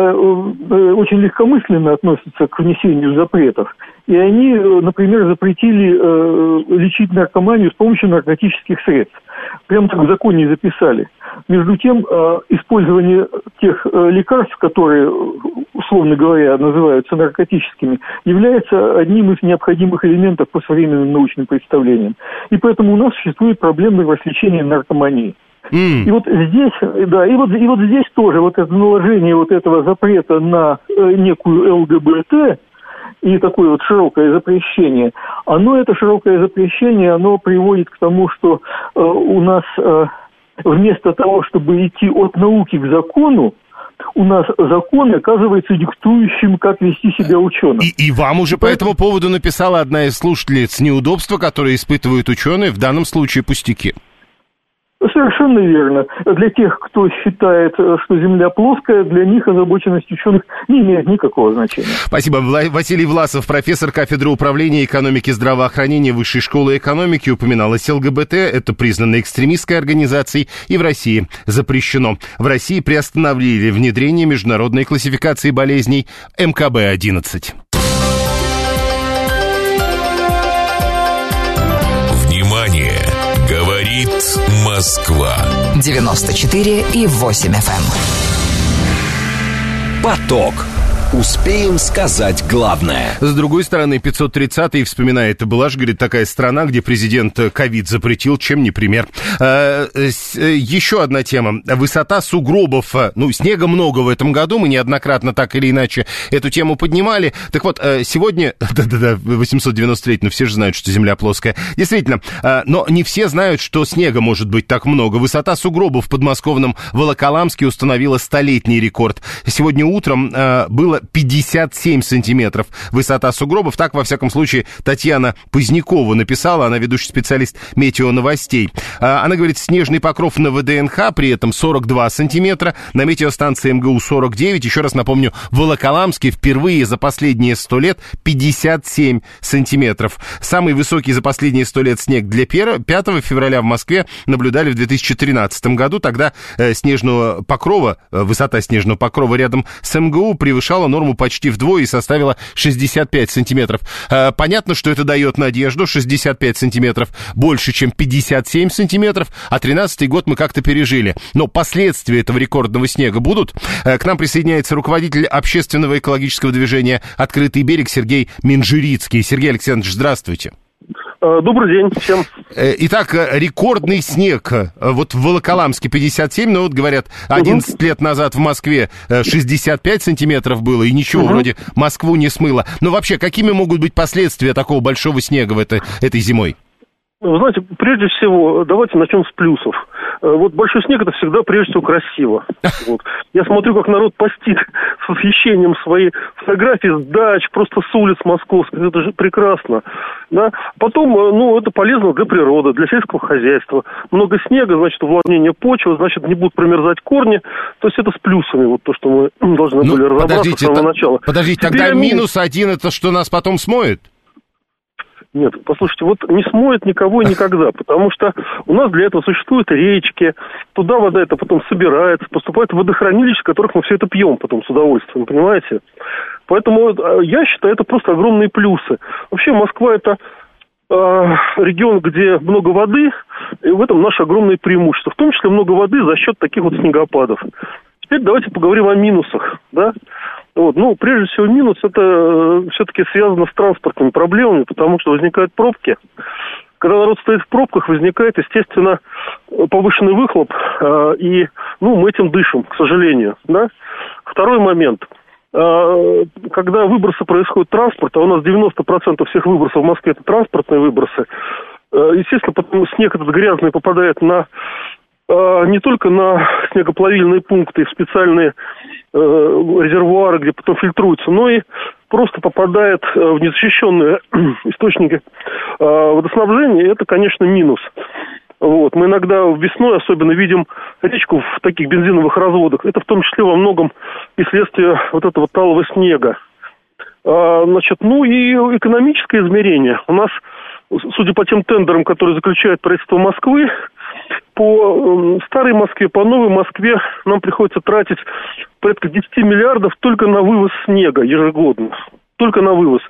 [SPEAKER 7] очень легкомысленно относятся к внесению запретов. И они, например, запретили лечить наркоманию с помощью наркотических средств. Прямо так в законе записали. Между тем, использование тех лекарств, которые, условно говоря, называются наркотическими, является одним из необходимых элементов по современным научным представлениям. И поэтому у нас существует проблема лечения наркомании. И вот здесь, да, и вот здесь тоже вот это наложение вот этого запрета на некую ЛГБТ и такое вот широкое запрещение, это широкое запрещение, оно приводит к тому, что у нас вместо того, чтобы идти от науки к закону, у нас закон оказывается диктующим, как вести себя ученым.
[SPEAKER 2] И вам уже по этому поводу написала одна из слушательниц неудобства, которые испытывают ученые, в данном случае пустяки.
[SPEAKER 7] Совершенно верно. Для тех, кто считает, что Земля плоская, для них озабоченность ученых не имеет никакого значения.
[SPEAKER 2] Спасибо. Василий Власов, профессор кафедры управления экономики здравоохранения Высшей школы экономики. Упоминалось ЛГБТ. Это признано экстремистской организацией и в России запрещено. В России приостановили внедрение международной классификации болезней МКБ-11.
[SPEAKER 1] Внимание! Говорит Москва.
[SPEAKER 8] 94,8 FM.
[SPEAKER 1] Поток. Успеем сказать главное.
[SPEAKER 2] С другой стороны, 530-й вспоминает, была же, говорит, такая страна, где президент ковид запретил, чем не пример. Еще одна тема. Высота сугробов. Снега много в этом году, мы неоднократно так или иначе эту тему поднимали. Так вот, сегодня, 893, все же знают, что Земля плоская. Действительно, но не все знают, что снега может быть так много. Высота сугробов в подмосковном Волоколамске установила столетний рекорд. Сегодня утром было 57 сантиметров высота сугробов. Так, во всяком случае, Татьяна Позднякова написала, она ведущий специалист метеоновостей. Она говорит, снежный покров на ВДНХ при этом 42 сантиметра, на метеостанции МГУ 49. Еще раз напомню, в Волоколамске впервые за последние 100 лет 57 сантиметров. Самый высокий за последние 100 лет снег для 5 февраля в Москве наблюдали в 2013 году. Тогда снежного покрова, высота снежного покрова рядом с МГУ превышала норму почти вдвое и составила 65 сантиметров. Понятно, что это дает надежду. 65 сантиметров больше, чем 57 сантиметров, а 13-й год мы как-то пережили. Но последствия этого рекордного снега будут. К нам присоединяется руководитель общественного экологического движения «Открытый берег» Сергей Минжирицкий. Сергей Александрович, здравствуйте.
[SPEAKER 9] Добрый день всем.
[SPEAKER 2] Итак, рекордный снег. Вот в Волоколамске 57, но вот говорят, 11 лет назад в Москве 65 сантиметров было, и ничего, вроде Москву не смыло. Но вообще, какими могут быть последствия такого большого снега этой зимой?
[SPEAKER 9] Вы знаете, прежде всего, давайте начнем с плюсов. вот большой снег — это всегда прежде всего красиво. Вот. Я смотрю, как народ постит с восхищением свои фотографии с дач, просто с улиц московских. Это же прекрасно. Да? Потом, это полезно для природы, для сельского хозяйства. Много снега, значит, увлажнение почвы, значит, не будут промерзать корни. То есть это с плюсами, вот то, что мы должны были разобраться с самого начала.
[SPEAKER 2] Подождите, тогда минус один — это что нас потом смоет?
[SPEAKER 9] Нет, послушайте, вот не смоет никого и никогда, потому что у нас для этого существуют речки, туда вода это потом собирается, поступает в водохранилище, в которых мы все это пьем потом с удовольствием, понимаете? Поэтому я считаю, это просто огромные плюсы. Вообще Москва — это регион, где много воды, и в этом наше огромное преимущество, в том числе много воды за счет таких вот снегопадов. Теперь давайте поговорим о минусах, да? Вот. Прежде всего, минус – это все-таки связано с транспортными проблемами, потому что возникают пробки. Когда народ стоит в пробках, возникает, естественно, повышенный выхлоп, и мы этим дышим, к сожалению. Да? Второй момент. Когда выбросы происходят транспорта, а у нас 90% всех выбросов в Москве – это транспортные выбросы, естественно, потом снег этот грязный попадает не только на снегоплавильные пункты, в специальные резервуары, где потом фильтруются, но и просто попадает в незащищенные источники водоснабжения. И это, конечно, минус. Вот. Мы иногда весной особенно видим речку в таких бензиновых разводах. Это в том числе во многом и следствие вот этого талого снега. И экономическое измерение. У нас, судя по тем тендерам, которые заключает правительство Москвы, по старой Москве, по новой Москве нам приходится тратить порядка 10 миллиардов только на вывоз снега ежегодно. Только на вывоз.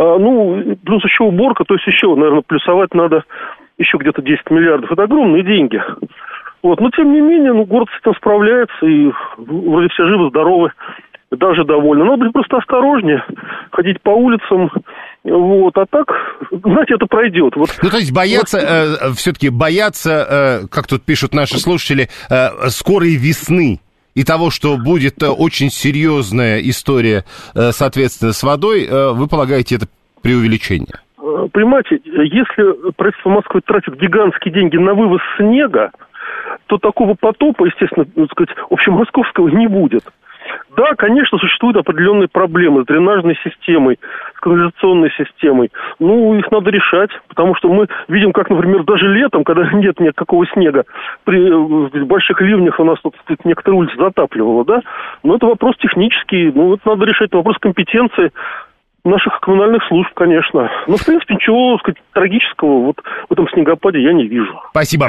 [SPEAKER 9] Плюс еще уборка, то есть еще, наверное, плюсовать надо еще где-то 10 миллиардов. Это огромные деньги. Вот. Но, тем не менее, город с этим справляется, и вроде все живы-здоровы, даже довольны. Надо быть просто осторожнее, ходить по улицам. Вот, а так, знаете, это пройдет. Вот.
[SPEAKER 2] То есть все-таки боятся, как тут пишут наши слушатели, скорой весны и того, что будет очень серьезная история, соответственно, с водой. Вы полагаете, это преувеличение?
[SPEAKER 9] Понимаете, если правительство Москвы тратит гигантские деньги на вывоз снега, то такого потопа, естественно, общемосковского не будет. Да, конечно, существуют определенные проблемы с дренажной системой, с канализационной системой. Их надо решать, потому что мы видим, как, например, даже летом, когда нет никакого снега, при больших ливнях у нас тут некоторые улицы затапливало, да? Но это вопрос технический, это надо решать, это вопрос компетенции наших коммунальных служб, конечно. Но, в принципе, ничего, трагического вот в этом снегопаде я не вижу.
[SPEAKER 2] Спасибо.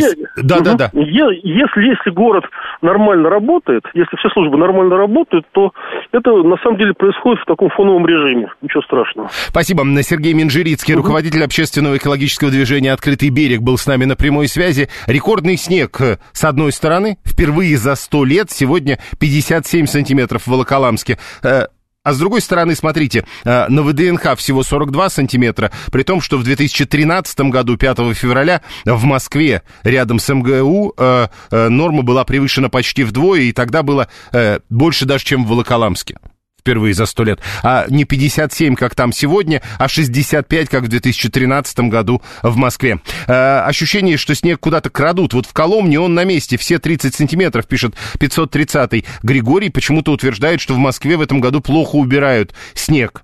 [SPEAKER 9] Да. Если город нормально работает, если все службы нормально работают, то это, на самом деле, происходит в таком фоновом режиме. Ничего страшного.
[SPEAKER 2] Спасибо. Сергей Минжирицкий, руководитель общественного экологического движения «Открытый берег», был с нами на прямой связи. Рекордный снег, с одной стороны, впервые за 100 лет. Сегодня 57 сантиметров в Волоколамске. А с другой стороны, смотрите, на ВДНХ всего 42 сантиметра, при том, что в 2013 году, 5 февраля, в Москве, рядом с МГУ, норма была превышена почти вдвое, и тогда было больше даже, чем в Волоколамске. Впервые за 100 лет. А не 57, как там сегодня, а 65, как в 2013 году в Москве. Ощущение, что снег куда-то крадут. Вот в Коломне он на месте, все 30 сантиметров, пишет 530-й. Григорий почему-то утверждает, что в Москве в этом году плохо убирают снег.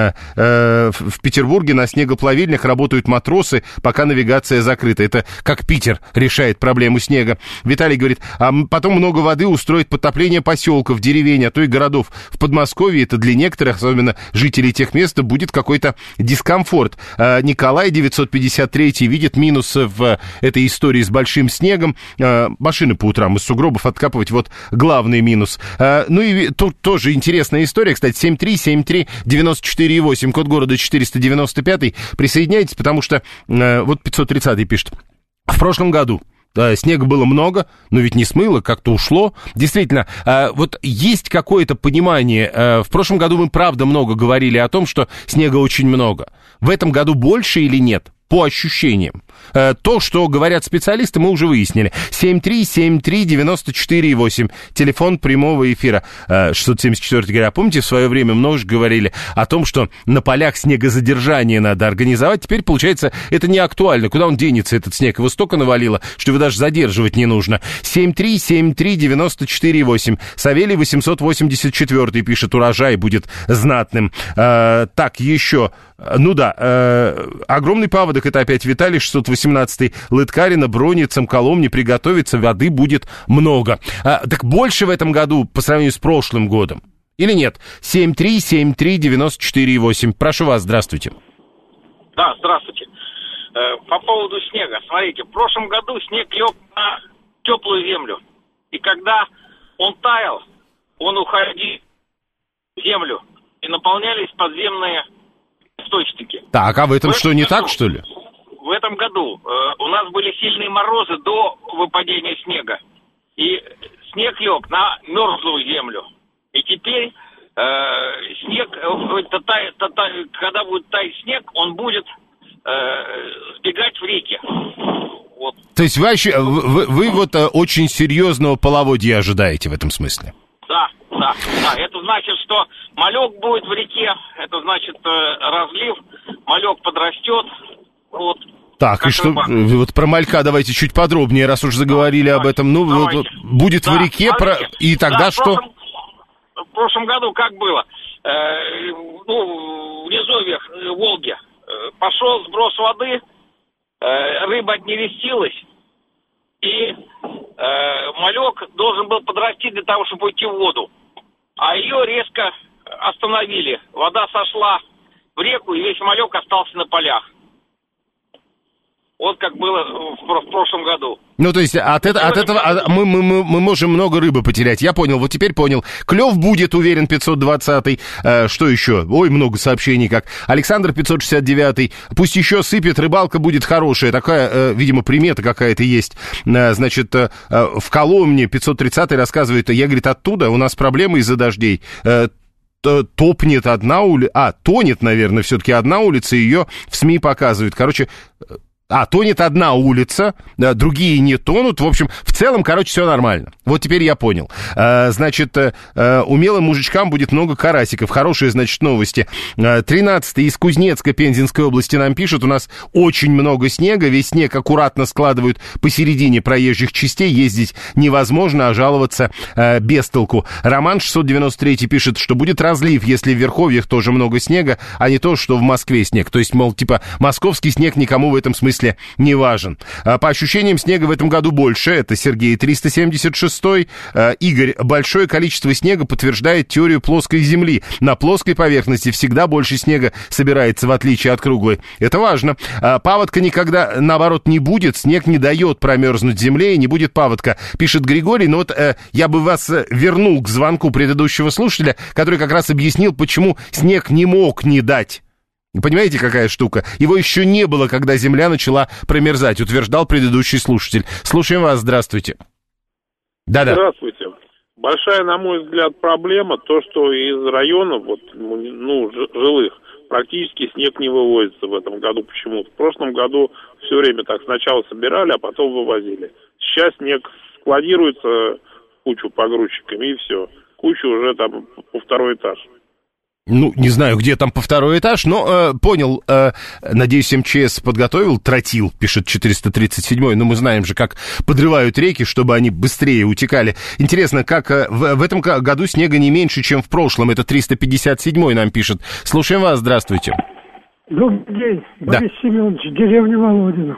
[SPEAKER 2] В Петербурге на снегоплавильнях работают матросы, пока навигация закрыта. Это как Питер решает проблему снега. Виталий говорит, а потом много воды устроит подтопление поселков, деревень, а то и городов. В Подмосковье это для некоторых, особенно жителей тех мест, будет какой-то дискомфорт. Николай 953 видит минусы в этой истории с большим снегом. Машины по утрам из сугробов откапывать, вот главный минус. И тут тоже интересная история, кстати, 7373948, код города 495. Присоединяйтесь, потому что вот 530 пишет. В прошлом году снега было много, но ведь не смыло, как-то ушло. Действительно, вот есть какое-то понимание. В прошлом году мы, правда, много говорили о том, что снега очень много. В этом году больше или нет? по ощущениям. То, что говорят специалисты, мы уже выяснили. 7373948, телефон прямого эфира. 674 говоря, помните, в свое время много говорили о том, что на полях снегозадержание надо организовать. Теперь, получается, это не актуально. Куда он денется, этот снег? Его столько навалило, что его даже задерживать не нужно. 7373948. Савелий 884 пишет, урожай будет знатным. Так, еще... Ну да, огромный паводок, это опять Виталий, 618-й, Лыткарина, Броницам, Коломне, приготовиться, воды будет много. Так больше в этом году по сравнению с прошлым годом? Или нет? 7373948. Прошу вас, здравствуйте.
[SPEAKER 8] Да, здравствуйте. По поводу снега. Смотрите, в прошлом году снег лег на теплую землю. И когда он таял, он уходил в землю. И наполнялись подземные источники.
[SPEAKER 2] Так, а в этом что, не так, что ли?
[SPEAKER 8] В этом году у нас были сильные морозы до выпадения снега. И снег лег на мерзлую землю. И теперь снег, когда будет таять снег, он будет сбегать в реки. Вот.
[SPEAKER 2] То есть вы вот очень серьезного половодья ожидаете в этом смысле?
[SPEAKER 8] Да. Это значит, что малек будет в реке, это значит разлив, малек подрастет. Вот.
[SPEAKER 2] Так, и что, вот про малька давайте чуть подробнее, раз уж заговорили об этом. Ну, вот, будет в реке, и тогда что?
[SPEAKER 8] В прошлом году как было? В низовьях Волги пошел сброс воды, рыба отнерестилась, и малек должен был подрасти для того, чтобы уйти в воду. А ее резко остановили. Вода сошла в реку, и весь малек остался на полях. Вот как было в прошлом году.
[SPEAKER 2] Ну, то есть от этого мы можем много рыбы потерять. Я понял, вот теперь понял. Клев будет, уверен, 520-й. Что еще? Ой, много сообщений, как. Александр 569-й. Пусть еще сыпет, рыбалка будет хорошая. Такая, видимо, примета какая-то есть. Значит, в Коломне 530-й рассказывает, я, говорит, оттуда у нас проблемы из-за дождей. Топнет одна улица, тонет, наверное, все-таки одна улица, ее в СМИ показывают. Короче... тонет одна улица, другие не тонут. В общем, в целом, все нормально. Вот теперь я понял. Значит, умелым мужичкам будет много карасиков. Хорошие, значит, новости. 13-й из Кузнецка Пензенской области нам пишут. У нас очень много снега. Весь снег аккуратно складывают посередине проезжих частей. Ездить невозможно, а жаловаться без толку. Роман 693 пишет, что будет разлив, если в верховьях тоже много снега, а не то, что в Москве снег. То есть, мол, типа, московский снег никому в этом смысле не важен. По ощущениям, снега в этом году больше. Это Сергей 376-й. Игорь, большое количество снега подтверждает теорию плоской земли. На плоской поверхности всегда больше снега собирается, в отличие от круглой. Это важно. Паводка никогда, наоборот, не будет. Снег не дает промерзнуть земле, и не будет паводка, пишет Григорий. Но вот я бы вас вернул к звонку предыдущего слушателя, который как раз объяснил, почему снег не мог не дать. Понимаете, какая штука? Его еще не было, когда земля начала промерзать, утверждал предыдущий слушатель. Слушаем вас, здравствуйте. Да-да.
[SPEAKER 10] Здравствуйте. Большая, на мой взгляд, проблема то, что из районов, жилых, практически снег не вывозится в этом году почему-то. В прошлом году все время так сначала собирали, а потом вывозили. Сейчас снег складируется в кучу погрузчиками, и все. Кучу уже там по второй этаж.
[SPEAKER 2] Ну, не знаю, где там по второй этаж, но понял, надеюсь, МЧС подготовил, тротил, пишет 437-й, но мы знаем же, как подрывают реки, чтобы они быстрее утекали. Интересно, как в этом году снега не меньше, чем в прошлом, это 357-й нам пишет. Слушаем вас, здравствуйте.
[SPEAKER 11] Добрый день, Борис Семенович, деревня Володина.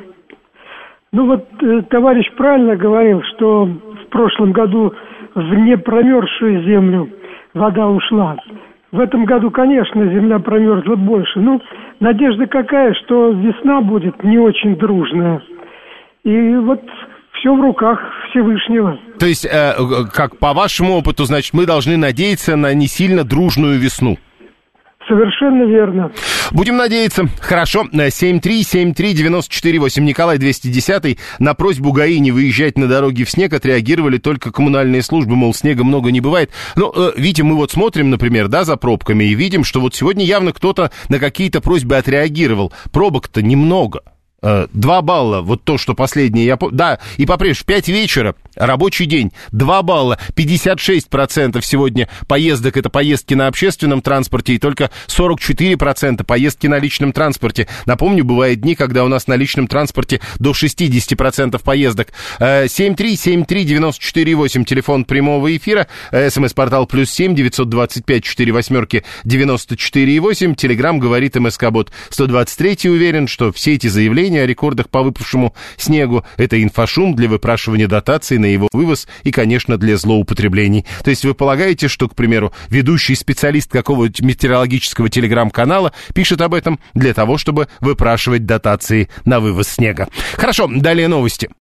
[SPEAKER 11] Товарищ правильно говорил, что в прошлом году в непромерзшую землю вода ушла. В этом году, конечно, земля промерзла больше. Надежда какая, что весна будет не очень дружная. И вот все в руках Всевышнего.
[SPEAKER 2] То есть, как по вашему опыту, значит, мы должны надеяться на не сильно дружную весну?
[SPEAKER 11] Совершенно верно.
[SPEAKER 2] Будем надеяться. Хорошо. 7373948. Николай 210-й. На просьбу ГАИ не выезжать на дороге в снег отреагировали только коммунальные службы, мол, снега много не бывает. Но, видите, мы вот смотрим, например, за пробками, и видим, что вот сегодня явно кто-то на какие-то просьбы отреагировал. Пробок-то немного. 2 балла, вот то, что последнее я помню. Да, и по-прежнему 5 вечера, рабочий день, 2 балла, 56% сегодня поездок — это поездки на общественном транспорте, и только 44% поездки на личном транспорте. Напомню, бывают дни, когда у нас на личном транспорте до 60% поездок. 7373948, телефон прямого эфира, СМС-портал +7 925 48 94,8, Телеграм говорит МСК-бот 123, уверен, что все эти заявления о рекордах по выпавшему снегу — это инфошум для выпрашивания дотаций на его вывоз и, конечно, для злоупотреблений. То есть вы полагаете, что, к примеру, ведущий специалист какого-то метеорологического телеграм-канала пишет об этом для того, чтобы выпрашивать дотации на вывоз снега? Хорошо, далее новости.